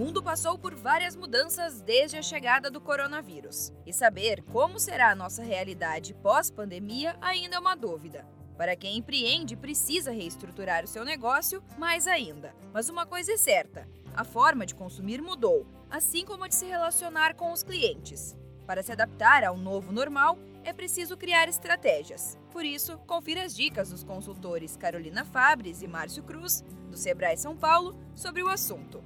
mundo passou por várias mudanças desde a chegada do coronavírus. E saber como será a nossa realidade pós-pandemia ainda é uma dúvida. Para quem empreende, precisa reestruturar o seu negócio mais ainda. Mas uma coisa é certa, a forma de consumir mudou, assim como a de se relacionar com os clientes. Para se adaptar ao novo normal, é preciso criar estratégias. Por isso, confira as dicas dos consultores Carolina Fabres e Márcio Cruz, do Sebrae São Paulo, sobre o assunto.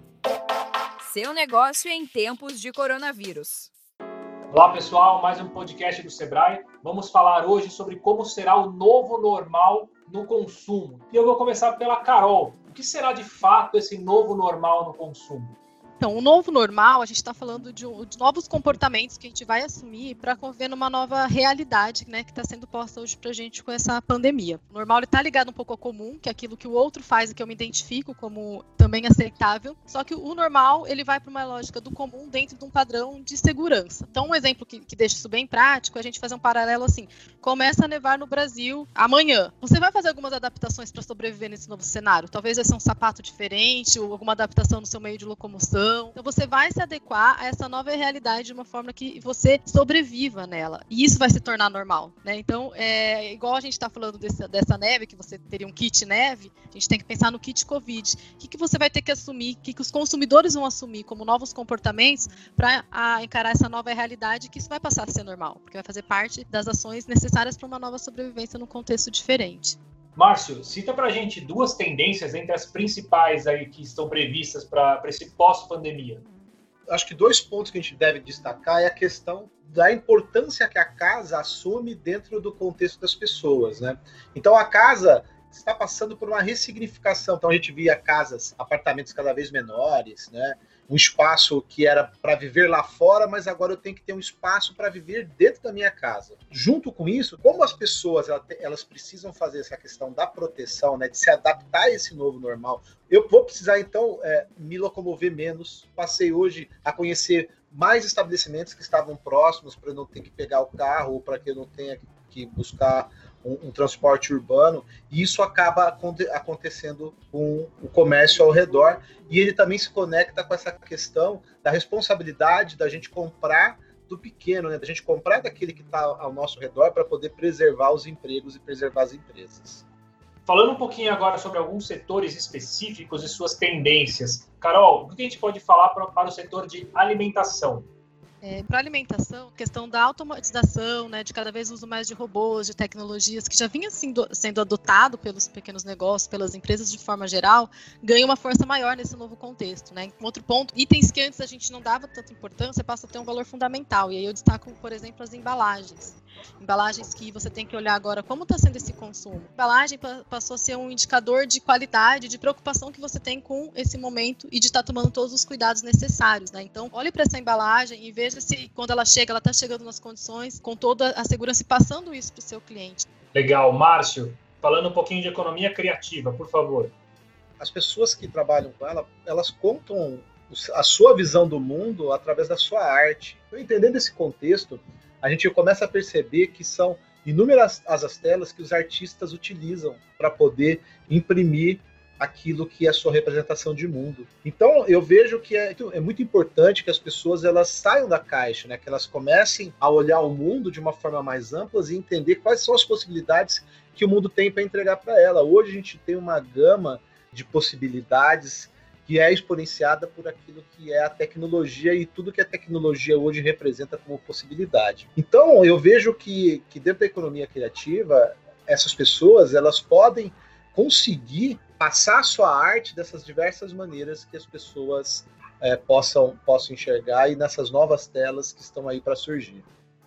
Seu negócio em tempos de coronavírus. Olá pessoal, mais um podcast do Sebrae. Vamos falar hoje sobre como será o novo normal no consumo. E eu vou começar pela Carol. O que será de fato esse novo normal no consumo? Então, o novo normal, a gente está falando de novos comportamentos que a gente vai assumir para conviver numa nova realidade, né, que está sendo posta hoje para a gente com essa pandemia. O normal está ligado um pouco ao comum, que é aquilo que o outro faz e que eu me identifico como também aceitável. Só que o normal, ele vai para uma lógica do comum dentro de um padrão de segurança. Então, um exemplo que deixa isso bem prático é a gente fazer um paralelo assim. Começa a nevar no Brasil amanhã. Você vai fazer algumas adaptações para sobreviver nesse novo cenário? Talvez vai ser um sapato diferente ou alguma adaptação no seu meio de locomoção. Então você vai se adequar a essa nova realidade de uma forma que você sobreviva nela. E isso vai se tornar normal, né? Então, igual a gente está falando dessa neve, que você teria um kit neve, a gente tem que pensar no kit Covid. O que você vai ter que assumir, o que os consumidores vão assumir como novos comportamentos para encarar essa nova realidade, que isso vai passar a ser normal, porque vai fazer parte das ações necessárias para uma nova sobrevivência num contexto diferente. Márcio, cita pra gente duas tendências entre as principais aí que estão previstas para esse pós-pandemia. Acho que dois pontos que a gente deve destacar é a questão da importância que a casa assume dentro do contexto das pessoas, né? Então a casa está passando por uma ressignificação. Então a gente via casas, apartamentos cada vez menores, né? Um espaço que era para viver lá fora, mas agora eu tenho que ter um espaço para viver dentro da minha casa. Junto com isso, como as pessoas elas precisam fazer essa questão da proteção, né, de se adaptar a esse novo normal, eu vou precisar então me locomover menos. Passei hoje a conhecer mais estabelecimentos que estavam próximos para eu não ter que pegar o carro ou para que eu não tenha que buscar um transporte urbano, e isso acaba acontecendo com o comércio ao redor, e ele também se conecta com essa questão da responsabilidade da gente comprar do pequeno, né? Da gente comprar daquele que está ao nosso redor para poder preservar os empregos e preservar as empresas. Falando um pouquinho agora sobre alguns setores específicos e suas tendências. Carol, o que a gente pode falar para o setor de alimentação? Para a alimentação, questão da automatização, né, de cada vez uso mais de robôs, de tecnologias, que já vinha sendo adotado pelos pequenos negócios, pelas empresas de forma geral, ganha uma força maior nesse novo contexto, né? Um outro ponto, itens que antes a gente não dava tanta importância passam a ter um valor fundamental, e aí eu destaco, por exemplo, as embalagens. Embalagens que você tem que olhar agora como está sendo esse consumo. A embalagem passou a ser um indicador de qualidade, de preocupação que você tem com esse momento e de estar tomando todos os cuidados necessários, né? Então, olhe para essa embalagem e veja se quando ela chega, ela está chegando nas condições, com toda a segurança e passando isso para o seu cliente. Legal. Márcio, falando um pouquinho de economia criativa, por favor. As pessoas que trabalham com ela, elas contam a sua visão do mundo através da sua arte. Então, entendendo esse contexto, a gente começa a perceber que são inúmeras as telas que os artistas utilizam para poder imprimir aquilo que é a sua representação de mundo. Então, eu vejo que é muito importante que as pessoas elas saiam da caixa, né? Que elas comecem a olhar o mundo de uma forma mais ampla e entender quais são as possibilidades que o mundo tem para entregar para ela. Hoje a gente tem uma gama de possibilidades que é exponenciada por aquilo que é a tecnologia e tudo que a tecnologia hoje representa como possibilidade. Então, eu vejo que dentro da economia criativa, essas pessoas elas podem conseguir passar a sua arte dessas diversas maneiras que as pessoas possam enxergar e nessas novas telas que estão aí para surgir.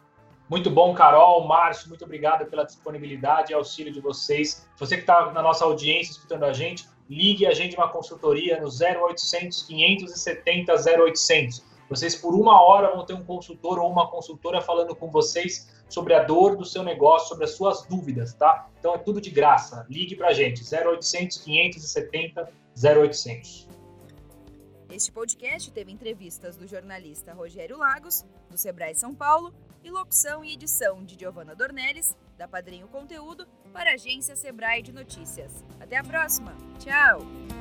Muito bom, Carol, Márcio, muito obrigado pela disponibilidade e auxílio de vocês. Você que está na nossa audiência escutando a gente, ligue e agende uma consultoria no 0800 570 0800. Vocês, por 1 hora, vão ter um consultor ou uma consultora falando com vocês sobre a dor do seu negócio, sobre as suas dúvidas, tá? Então é tudo de graça. Ligue pra gente, 0800 570 0800. Este podcast teve entrevistas do jornalista Rogério Lagos, do Sebrae São Paulo, e locução e edição de Giovana Dornelles, da Padrinho Conteúdo, para a agência Sebrae de Notícias. Até a próxima. Tchau!